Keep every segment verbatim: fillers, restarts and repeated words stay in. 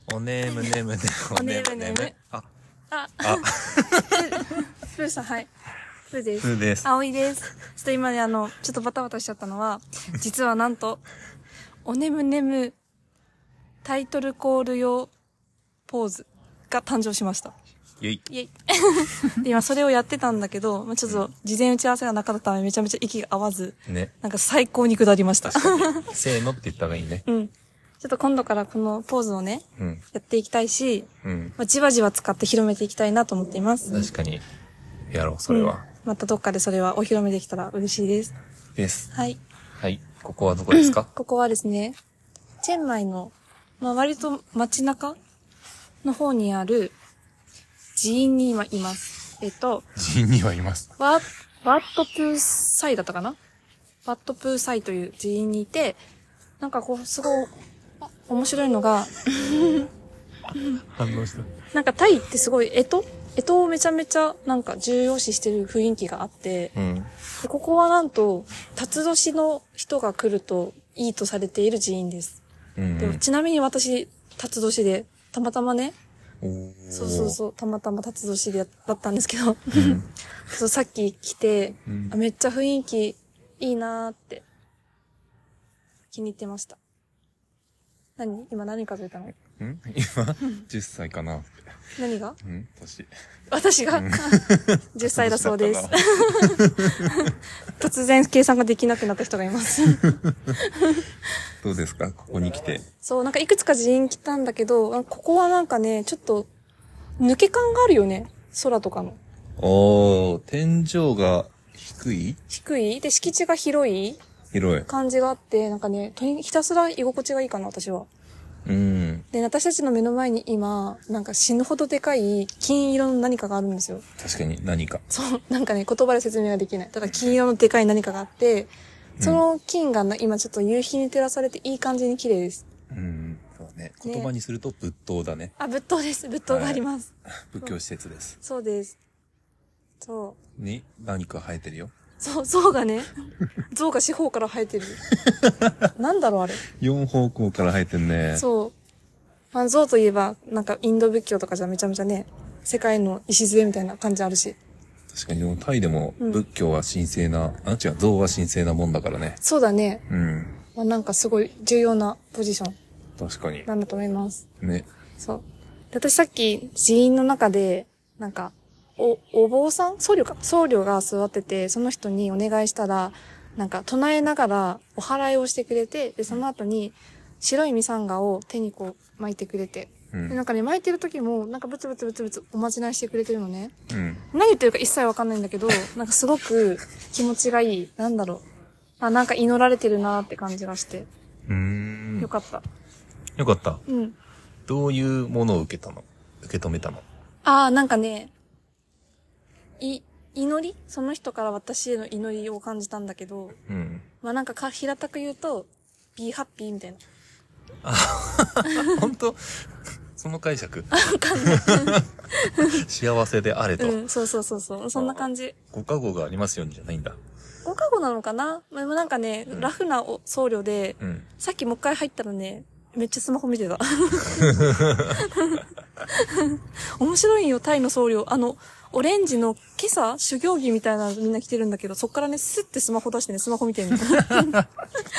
おねむねむねおねむねむ。 あ、 あ、 あ、 プーさん、はい。プーです。 プーです。 葵です。ちょっと今ね、あの、ちょっとバタバタしちゃったのは、実はなんと、おねむねむタイトルコール用ポーズが誕生しました。 イェイ。 イェイ。で、今それをやってたんだけど、まあ、ちょっと事前打ち合わせがなかったためめちゃめちゃ息が合わず、 ね。 なんか最高に下りました。 確かに。せーのって言った方がいいね。 うん。ちょっと今度からこのポーズをね、 うん。 やっていきたいし、 うん。 まあ、じわじわ使って広めていきたいなと思っています。 確かに。やろう、それは。 うん、またどっかでそれはお披露目できたら嬉しいです。 です。 はい。 はい。ここはどこですか？ ここはですね、チェンマイの、まあ、割と街中の方にある寺院に今います。えっと、 寺院にはいます。 ワッ、ワットプーサイだったかな？ワットプーサイという寺院にいて、なんかこう、すごい、面白いのが、 反応した。 なんかタイってすごい、干支干支をめちゃめちゃなんか重要視してる雰囲気があって、 うん。 でここはなんと、辰年の人が来るといいとされている寺院です。 うん、 でもちなみに私、辰年で、たまたまね、 おーそうそうそう、たまたま辰年でだったんですけど、 うん、 そうさっき来て、 うん、 あ、めっちゃ雰囲気いいなーって気に入ってました。何？今何数えたの？ ん今、じゅっさいかなって。 何が？ うん年。 私が、 うん、 じゅっさいだそうです。突然計算ができなくなった人がいます。 どうですかここに来て。 そう、なんかいくつか寺院来たんだけど、ここはなんかね、ちょっと抜け感があるよね。空とかの。 おー、天井が低い？ 低いで、敷地が広い広い。 感じがあって、なんかね、とにひたすら居心地がいいかな、私は。 うん。 で、私たちの目の前に今、なんか死ぬほどでかい金色の何かがあるんですよ。 確かに何か。 そう、なんかね、言葉で説明ができない。ただ金色のでかい何かがあって、その金がな今ちょっと夕日に照らされていい感じに綺麗です。 うん。そうね。言葉にすると仏塔だね。 あ、仏塔です。仏塔があります。 はい、仏教施設です。 そうです。そう。 に何か生えてるよ。 そう、象がね、象が四方から生えてる。なんだろうあれ。 四方向から生えてんね。 そう。まあ、象といえば、なんかインド仏教とかじゃめちゃめちゃね、世界の礎みたいな感じあるし。 確かに、でもタイでも仏教は神聖な、うん、あ、違う、象は神聖なもんだからね。 そうだね。 うん。 まあ、なんかすごい重要なポジション。 確かに。 なんだと思います。 ね。 そう。で私さっき寺院の中で、なんか、お、お坊さん僧侶か僧侶が座ってて、その人にお願いしたら、なんか唱えながらお祓いをしてくれて、で、その後に白いミサンガを手にこう巻いてくれて、うん、でなんかね、巻いてる時も、なんかブツブツブツブツおまじないしてくれてるのね。うん、何言ってるか一切わかんないんだけど、なんかすごく気持ちがいい。なんだろう。あ、なんか祈られてるなーって感じがして。うーん。よかった。 よかった。 うん。 どういうものを受けたの？受け止めたの？ ああ、なんかね、い、祈りその人から私への祈りを感じたんだけど、うん。まあなんかか、平たく言うと、be happy みたいな。 あ、本当その解釈わかんない。 幸せであれと。 うん、そうそうそうそう。そんな感じ。 ご加護がありますようにじゃないんだ。 ご加護なのかな？まあ、なんかね、うん、ラフな僧侶で、うん、さっきもう一回入ったらね、めっちゃスマホ見てた。面白いよ、タイの僧侶。あの、オレンジの今朝修行着みたいなのみんな着てるんだけど、そっからね、スッてスマホ出してね、スマホ見てんの。なんか、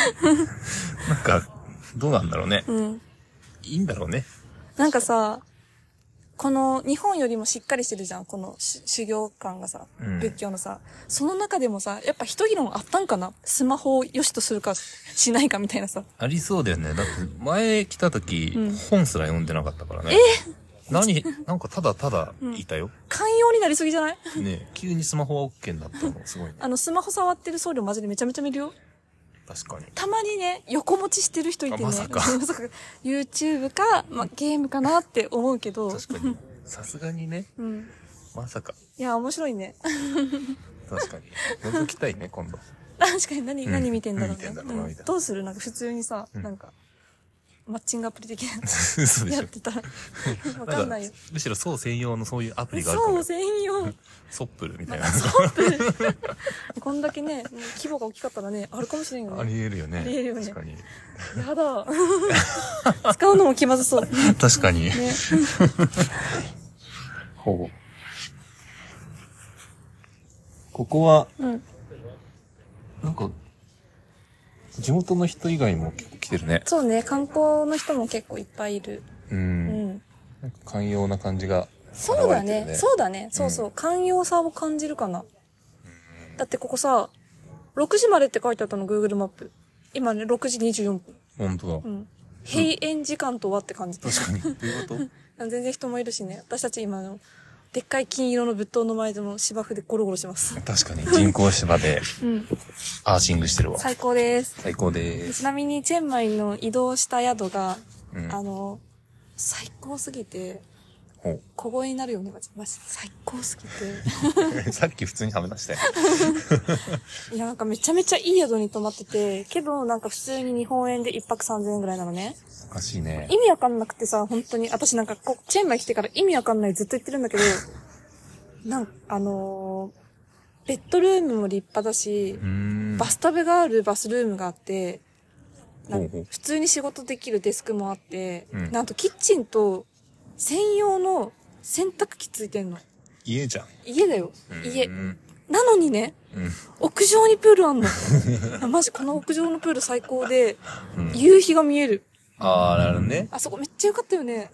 どうなんだろうね。 うん。 いいんだろうね。 なんかさ、この日本よりもしっかりしてるじゃん、この修行感がさ、うん、仏教のさ。その中でもさ、やっぱ一議論あったんかな？スマホを良しとするかしないかみたいなさ。 ありそうだよね。だって前来た時、うん、本すら読んでなかったからね。 え何、なんかただただいたよ。うん、 寛容になりすぎじゃない？ ねえ、急にスマホは OK になったのすごいね。 あの、スマホ触ってる僧侶マジでめちゃめちゃ見るよ。 確かに。 たまにね、横持ちしてる人いてね。 まさか。 まさか YouTube か、まあ、ゲームかなって思うけど。 確かに。さすがにね。うん。まさか。 いや、面白いね。 確かに。覗きたいね、今度。 確かに何、うん、何見てんだろうね。 何見てんだろうな、みたいな。 どうするなんか普通にさ、うん、なんか、 マッチングアプリ的な嘘でしょ。 やってたら。わかんないよ。 むしろそう専用のそういうアプリがあるかも。 そう専用。 ソップルみたいな。 ソップル。こんだけね、規模が大きかったらね、あるかもしれんよね。 ありえるよね。 ありえるよね確かに。 やだ。使うのも気まずそう。 確かに。 ね。 ほう。ここは、 うん。 なんか、地元の人以外も結構来てるね。 そうね、観光の人も結構いっぱいいる。 う。 うんん。 なんか寛容な感じが、 そうだ現れてるね。そうだね。そうそう。寛容さを感じるかな。だってここさ、ろくじまでって書いてあったの、Google マップ。今ね、ろくじにじゅうよんぷん。 本当だ。 うん。閉園時間とはって感じ。 確かに。どういうこと全然人もいるしね。私たち今あの、でっかい金色の仏塔の前でも芝生でゴロゴロします。 確かに。人工芝で、 うん。 アーシングしてるわ。 最高です。 最高でちす。 なみに、チェンマイの移動した宿が、 うんあの、最高すぎて、 ほ小声になるよね、マジ。マジ最高すぎて。 う。さっき普通に話したよ。 いや、なんかめちゃめちゃいい宿に泊まってて、けどなんか普通に日本円で一泊さんぜんえんぐらいなのね。 おかしいね。 意味わかんなくてさ、本当に。私なんかこ、チェンマイ来てから意味わかんないずっと言ってるんだけど、なんか、あのー、ベッドルームも立派だしう、ーん。 バスタブがあるバスルームがあって、なんかほうほう普通に仕事できるデスクもあって、 うんなんとキッチンと専用の洗濯機ついてんの。 家じゃん。 家だよ。家う。ん。 なのにね、 うん。 屋上にプールあんの。マジこの屋上のプール最高で、 うん夕日が見える。 あー、なるほどね。 あそこめっちゃ良かったよね。 ね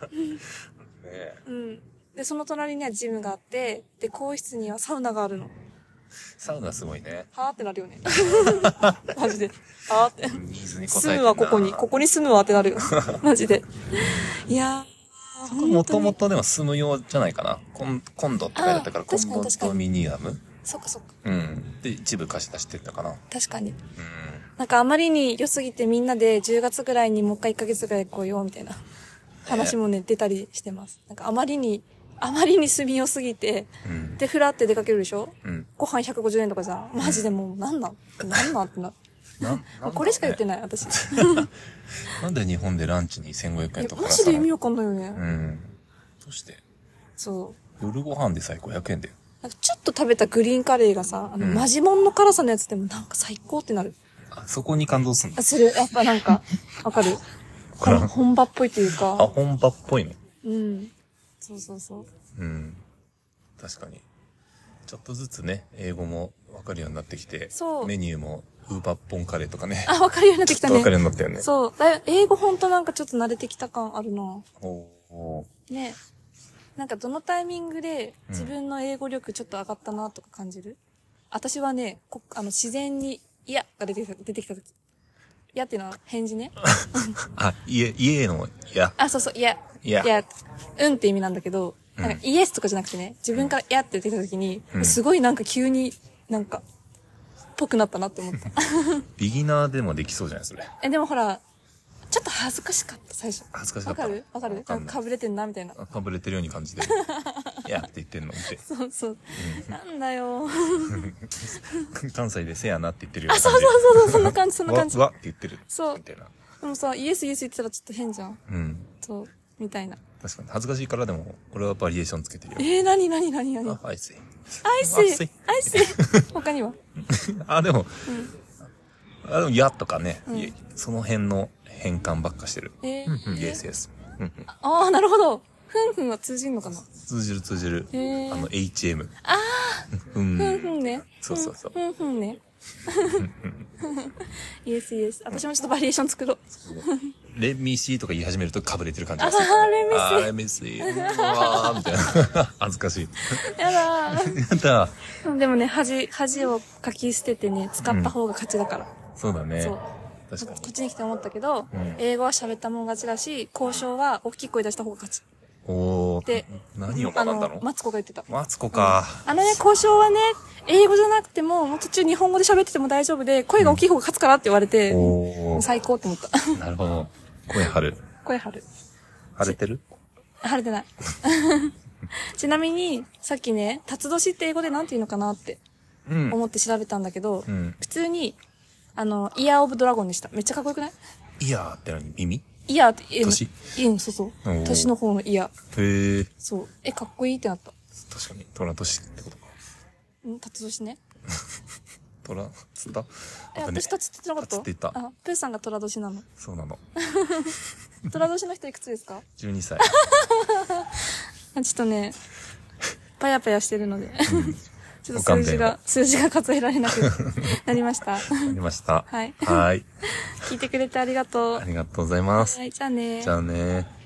うん。で、その隣にはジムがあって、で、更衣室にはサウナがあるの。 サウナすごいね。 はーってなるよね。マジで。あーって。 ニーズに応えて住るな。 むわここに。ここに住むわってなるよ。マジで。いやー。 もともとでも住む用じゃないかな。コン、コンドって書いてあったから、 あーコン確かに確かにドミニアムそっかそっか。 うん。で、一部貸し出してたかな。 確かに。 うん。 なんかあまりに良すぎてみんなでじゅうがつぐらいにもう一回いっかげつぐらい来ようみたいな話もね、出たりしてます。なんかあまりに、あまりに住み良すぎて、 うん。 で、ふらって出かけるでしょうん。 ご飯ひゃくごじゅうえんとかじゃん。マジでもう、なんなんなんなんってな。 な、なんこれしか言ってない。 ない、私。 なんで日本でランチにせんごひゃくえんえとかマジで意味わかんないよね。 うん。どうしてそう。 夜ご飯でさえごひゃくえんだよ。 なんかちょっと食べたグリーンカレーがさ、あの、 うんマジモンの辛さのやつでもなんか最高ってなる。 あ、そこに感動すんのあ、する。やっぱなんか、わかるこれ本本場っぽいというあ、 か。 本場っぽいの。 うん。そうそうそう。 うん。確かに。ちょっとずつね、英語もわかるようになってきて、 そうメニューもウーバーポンカレーとかね。 あ、わかるようになってきたね。 わかるようになったよね。 そう。だ英語ほんとなんかちょっと慣れてきた感あるな。 おおね。なんかどのタイミングで自分の英語力ちょっと上がったなとか感じる、うん、私はね、こあの自然に、いやが出てきた、出てきた時。いやっていうのは返事ね。 あ、家、家の、いや。 あ、そうそう、いや。 いや。 いや、うんって意味なんだけど、 うん、 なんかイエスとかじゃなくてね、自分からいやって出てきた時に、うん、すごいなんか急になんか、ぽくなったなって思った。 ビギナーでもできそうじゃないそれ。 え、でもほら、ちょっと恥ずかしかった、最初。 恥ずかしかった。 わかるわかるなんかかぶれてんな、みたいな。 かぶれてるように感じて。いやって言ってんのって。 そうそう。うん、なんだよ。 関西でせやなって言ってるような感じ。あ、そうそうそう、そんな感じ、そんな感じ。 わ、わって言ってる。 そう。 みたいな。 でもさ、イエスイエス言ってたらちょっと変じゃん。 うん。 そう、みたいな。 確かに。恥ずかしいからでも、俺はバリエーションつけてるよ。 えー、なになになになにあ、アイスイ。 アイスイアイスイ他にはあ、でも、 うん、 あ、でも、やとかね、 うん、 その辺の変換ばっかしてる。 えー、うん、イエスイエス。 ああ、なるほど。ふんふんは通じんのかな通じる通じる。 えー、 あの、エイチエム。 ああ、 うん、 ふんふんね。 そうそうそう。 ふんふんね。イエスイエス。私もちょっとバリエーション作ろう。 レミシーとか言い始めると被れてる感じがする。あー、レミシー。 あー、レミシー。うわー、みたいな。恥ずかしい。 やだー。やだでもね、恥、恥をかき捨ててね、使った方が勝ちだから。 うん、そうだね。そう。確かに。 こっちに来て思ったけど、 うん、 英語は喋ったもん勝ちだし、交渉は大きい声出した方が勝ち。 おー。で、何を学んだの？ あの、マツコが言ってた。 マツコか、 うん。あのね、交渉はね、英語じゃなくても、もう途中日本語で喋ってても大丈夫で、声が大きい方が勝つからって言われて、うん、おー。最高って思った。 なるほど。声張る。 声張る。 晴れてる？ 晴れてない。ちなみに、さっきね、辰年って英語でなんて言うのかなって思って調べたんだけど、 うん、 普通に、あの、イヤーオブドラゴンでした。めっちゃかっこよくない？ イヤーって何？耳？ イヤーって、え、 年え、うん、そうそう。 おー年の方のイヤー。 へえ。 そう。え、かっこいいってなった。 確かに、虎年ってことか。 ん、たつ年ね。 虎つったえ、 あとね私たつってなかったつって言った。 あ、プーさんが虎年なの。 そうなの。 虎年の人いくつですか？ じゅうにさい。 あ、ちょっとね、パヤパヤしてるので。ちょっとご勘弁を数字が、数字が数えられなくなりました。 ありました。 はい。 はい。 聞いてくれてありがとう。 ありがとうございます。 はい、じゃあね。 じゃあね。